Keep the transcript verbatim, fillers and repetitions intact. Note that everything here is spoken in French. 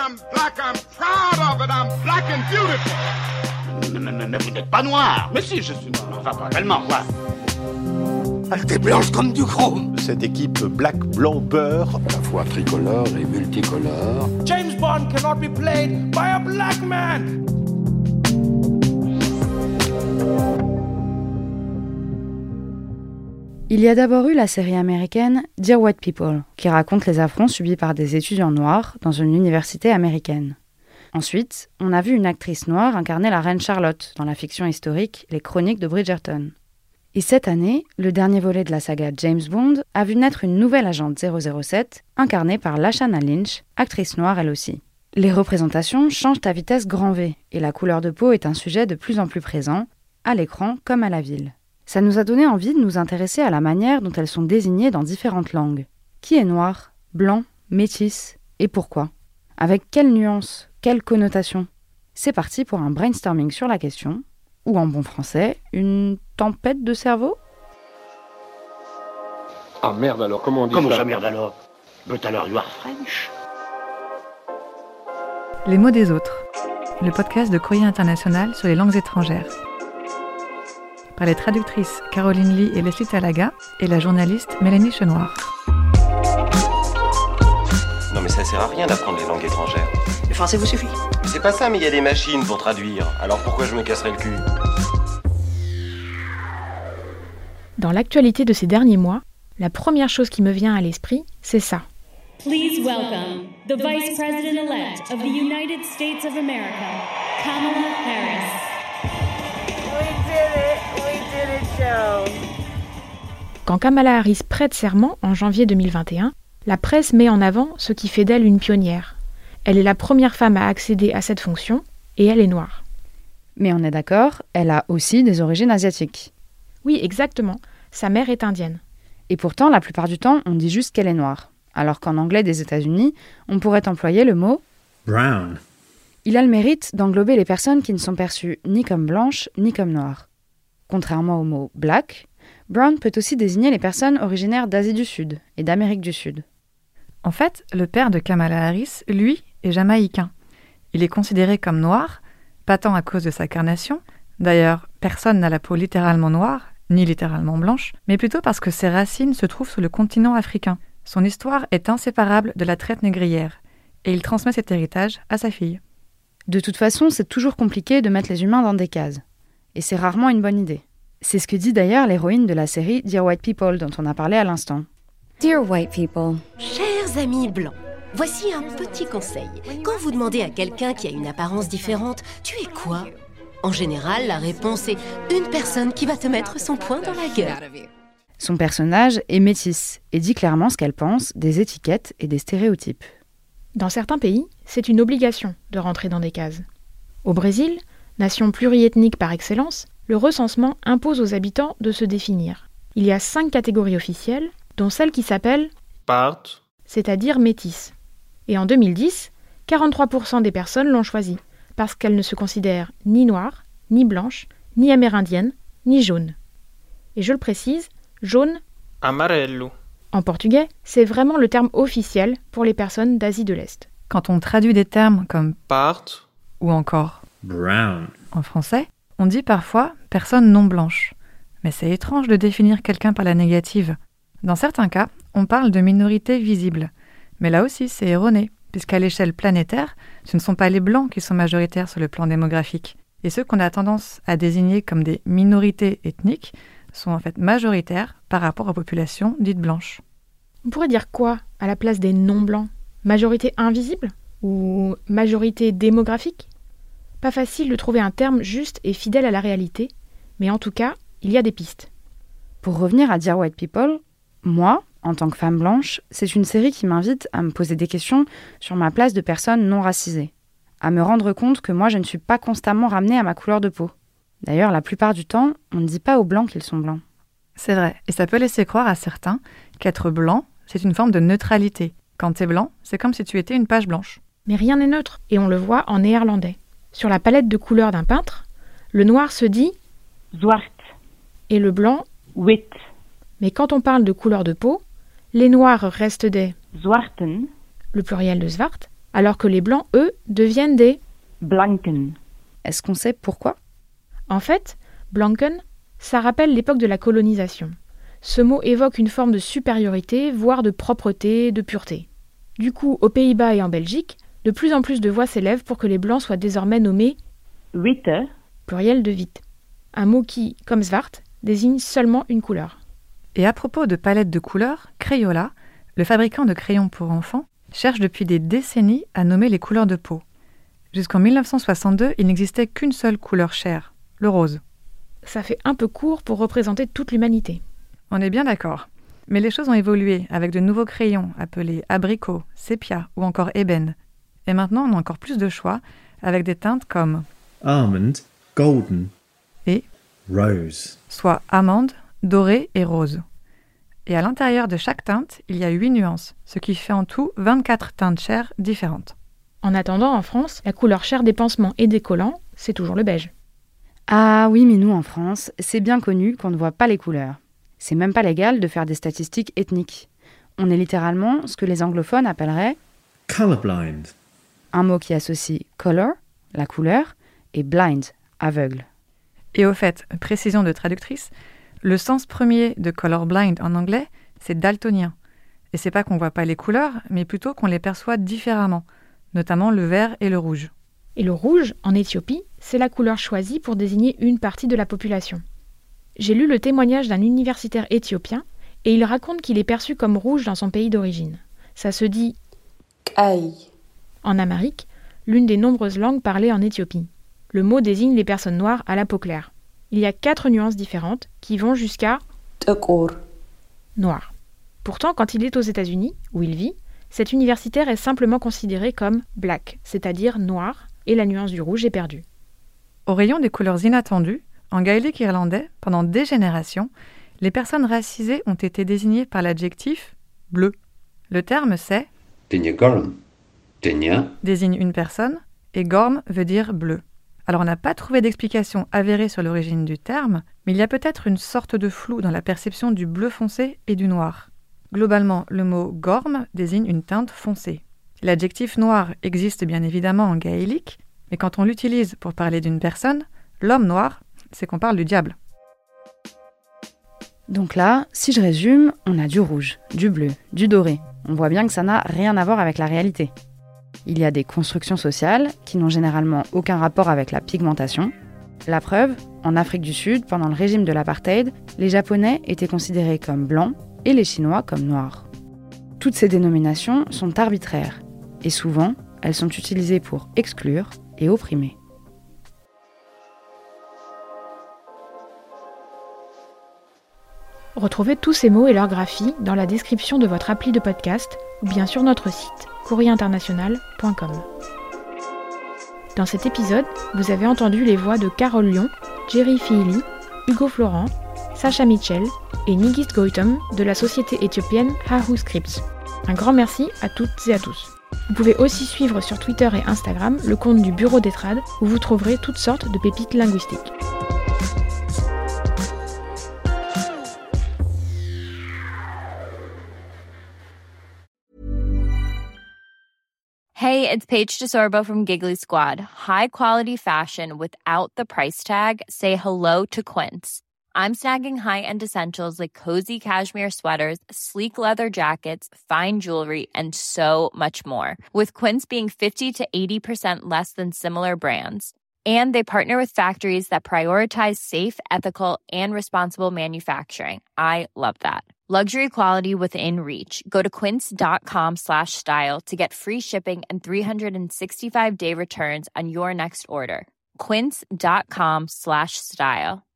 I'm black, I'm proud of it, I'm black and beautiful. Mais, mais, mais vous n'êtes pas noir. Mais si, je suis noir. Enfin, pas tellement, quoi. Elle était blanche comme du chrome. Cette équipe black, blanc, beurre, à la fois tricolore et multicolore. James Bond cannot be played by a black man. Il y a d'abord eu la série américaine Dear White People, qui raconte les affronts subis par des étudiants noirs dans une université américaine. Ensuite, on a vu une actrice noire incarner la reine Charlotte dans la fiction historique Les Chroniques de Bridgerton. Et cette année, le dernier volet de la saga James Bond a vu naître une nouvelle agente zéro zéro sept, incarnée par Lashana Lynch, actrice noire elle aussi. Les représentations changent à vitesse grand V, et la couleur de peau est un sujet de plus en plus présent, à l'écran comme à la ville. Ça nous a donné envie de nous intéresser à la manière dont elles sont désignées dans différentes langues. Qui est noir, blanc, métis, et pourquoi ? Avec quelles nuances, quelles connotations ? C'est parti pour un brainstorming sur la question, ou en bon français, une tempête de cerveau ? Ah merde alors, comment on dit Comment ça ça merde alors ? But alors you are French. Les mots des autres, le podcast de Courrier International sur les langues étrangères. Par les traductrices Caroline Lee et Leslie Talaga et la journaliste Mélanie Chenoir. Non mais ça sert à rien d'apprendre les langues étrangères. Le français vous suffit. C'est pas ça, mais il y a des machines pour traduire. Alors pourquoi je me casserais le cul ? Dans l'actualité de ces derniers mois, la première chose qui me vient à l'esprit, c'est ça. Please welcome the Vice President-elect of the United States of America, Kamala Harris. Quand Kamala Harris prête serment en janvier deux mille vingt et un, la presse met en avant ce qui fait d'elle une pionnière. Elle est la première femme à accéder à cette fonction et elle est noire. Mais on est d'accord, elle a aussi des origines asiatiques. Oui, exactement. Sa mère est indienne. Et pourtant, la plupart du temps, on dit juste qu'elle est noire. Alors qu'en anglais des États-Unis, on pourrait employer le mot « brown ». Il a le mérite d'englober les personnes qui ne sont perçues ni comme blanches ni comme noires. Contrairement au mot « black », brown peut aussi désigner les personnes originaires d'Asie du Sud et d'Amérique du Sud. En fait, le père de Kamala Harris, lui, est jamaïcain. Il est considéré comme noir, pas tant à cause de sa carnation, d'ailleurs personne n'a la peau littéralement noire, ni littéralement blanche, mais plutôt parce que ses racines se trouvent sur le continent africain. Son histoire est inséparable de la traite négrière, et il transmet cet héritage à sa fille. De toute façon, c'est toujours compliqué de mettre les humains dans des cases. Et c'est rarement une bonne idée. C'est ce que dit d'ailleurs l'héroïne de la série Dear White People dont on a parlé à l'instant. Dear White People. Chers amis blancs, voici un petit conseil. Quand vous demandez à quelqu'un qui a une apparence différente « Tu es quoi ?» En général, la réponse est « Une personne qui va te mettre son poing dans la gueule. » Son personnage est métisse et dit clairement ce qu'elle pense des étiquettes et des stéréotypes. Dans certains pays, c'est une obligation de rentrer dans des cases. Au Brésil, nation pluriethnique par excellence, le recensement impose aux habitants de se définir. Il y a cinq catégories officielles, dont celle qui s'appelle « part », c'est-à-dire métisse. Et en deux mille dix, quarante-trois pour cent des personnes l'ont choisie, parce qu'elles ne se considèrent ni noires, ni blanches, ni amérindiennes, ni jaunes. Et je le précise, jaune, amarello. En portugais, c'est vraiment le terme officiel pour les personnes d'Asie de l'Est. Quand on traduit des termes comme part ou encore brown en français, on dit parfois « personne non blanche ». Mais c'est étrange de définir quelqu'un par la négative. Dans certains cas, on parle de minorité visible. Mais là aussi, c'est erroné, puisqu'à l'échelle planétaire, ce ne sont pas les blancs qui sont majoritaires sur le plan démographique. Et ceux qu'on a tendance à désigner comme des minorités ethniques sont en fait majoritaires par rapport aux populations dites blanches. On pourrait dire quoi à la place des non-blancs ? Majorité invisible ? Ou majorité démographique ? Pas facile de trouver un terme juste et fidèle à la réalité, mais en tout cas, il y a des pistes. Pour revenir à Dear White People, moi, en tant que femme blanche, c'est une série qui m'invite à me poser des questions sur ma place de personne non racisée, à me rendre compte que moi je ne suis pas constamment ramenée à ma couleur de peau. D'ailleurs, la plupart du temps, on ne dit pas aux blancs qu'ils sont blancs. C'est vrai, et ça peut laisser croire à certains qu'être blanc, c'est une forme de neutralité. Quand t'es blanc, c'est comme si tu étais une page blanche. Mais rien n'est neutre, et on le voit en néerlandais. Sur la palette de couleurs d'un peintre, le noir se dit « zwart » et le blanc « wit ». Mais quand on parle de couleur de peau, les noirs restent des « zwarten », le pluriel de zwart, alors que les blancs, eux, deviennent des Blanken. Est-ce qu'on sait pourquoi? En fait, Blanken, ça rappelle l'époque de la colonisation. Ce mot évoque une forme de supériorité, voire de propreté, de pureté. Du coup, aux Pays-Bas et en Belgique, de plus en plus de voix s'élèvent pour que les blancs soient désormais nommés Witte, pluriel de vite. Un mot qui, comme zwart, désigne seulement une couleur. Et à propos de palettes de couleurs, Crayola, le fabricant de crayons pour enfants, cherche depuis des décennies à nommer les couleurs de peau. Jusqu'en dix-neuf cent soixante-deux, il n'existait qu'une seule couleur chère, le rose. Ça fait un peu court pour représenter toute l'humanité. On est bien d'accord. Mais les choses ont évolué avec de nouveaux crayons appelés abricot, sépia ou encore ébène. Et maintenant, on a encore plus de choix avec des teintes comme almond, golden et rose, soit amande, doré et rose. Et à l'intérieur de chaque teinte, il y a huit nuances, ce qui fait en tout vingt-quatre teintes chères différentes. En attendant, en France, la couleur chère des pansements et des collants, c'est toujours le beige. Ah oui, mais nous, en France, c'est bien connu qu'on ne voit pas les couleurs. C'est même pas légal de faire des statistiques ethniques. On est littéralement ce que les anglophones appelleraient colorblind. Un mot qui associe color, la couleur, et blind, aveugle. Et au fait, précision de traductrice, le sens premier de colorblind en anglais, c'est daltonien. Et c'est pas qu'on voit pas les couleurs, mais plutôt qu'on les perçoit différemment, notamment le vert et le rouge. Et le rouge, en Éthiopie, c'est la couleur choisie pour désigner une partie de la population. J'ai lu le témoignage d'un universitaire éthiopien et il raconte qu'il est perçu comme rouge dans son pays d'origine. Ça se dit K'aï en amharique, l'une des nombreuses langues parlées en Éthiopie. Le mot désigne les personnes noires à la peau claire. Il y a quatre nuances différentes qui vont jusqu'à T'kour, noir. Pourtant, quand il est aux États-Unis, où il vit, cet universitaire est simplement considéré comme black, c'est-à-dire noir, et la nuance du rouge est perdue. Au rayon des couleurs inattendues, en gaélique irlandais, pendant des générations, les personnes racisées ont été désignées par l'adjectif bleu. Le terme c'est Tinegorm. Tenia désigne une personne et gorm veut dire bleu. Alors on n'a pas trouvé d'explication avérée sur l'origine du terme, mais il y a peut-être une sorte de flou dans la perception du bleu foncé et du noir. Globalement, le mot gorm désigne une teinte foncée. L'adjectif noir existe bien évidemment en gaélique, mais quand on l'utilise pour parler d'une personne, l'homme noir, c'est qu'on parle du diable. Donc là, si je résume, on a du rouge, du bleu, du doré. On voit bien que ça n'a rien à voir avec la réalité. Il y a des constructions sociales qui n'ont généralement aucun rapport avec la pigmentation. La preuve, en Afrique du Sud, pendant le régime de l'apartheid, les Japonais étaient considérés comme blancs et les Chinois comme noirs. Toutes ces dénominations sont arbitraires et souvent, elles sont utilisées pour exclure et opprimer. Retrouvez tous ces mots et leurs graphies dans la description de votre appli de podcast ou bien sur notre site courrier international point com. Dans cet épisode, vous avez entendu les voix de Carole Lyon, Jerry Feely, Hugo Florent, Sacha Mitchell et Nigist Goitom de la société éthiopienne Hahu Scripts. Un grand merci à toutes et à tous. Vous pouvez aussi suivre sur Twitter et Instagram le compte du Bureau des Trades où vous trouverez toutes sortes de pépites linguistiques. Hey, it's Paige DeSorbo from Giggly Squad. High quality fashion without the price tag. Say hello to Quince. I'm snagging high-end essentials like cozy cashmere sweaters, sleek leather jackets, fine jewelry, and so much more. With Quince being fifty to eighty percent less than similar brands. And they partner with factories that prioritize safe, ethical, and responsible manufacturing. I love that. Luxury quality within reach. Go to quince.com slash style to get free shipping and three sixty-five day returns on your next order. Quince.com slash style.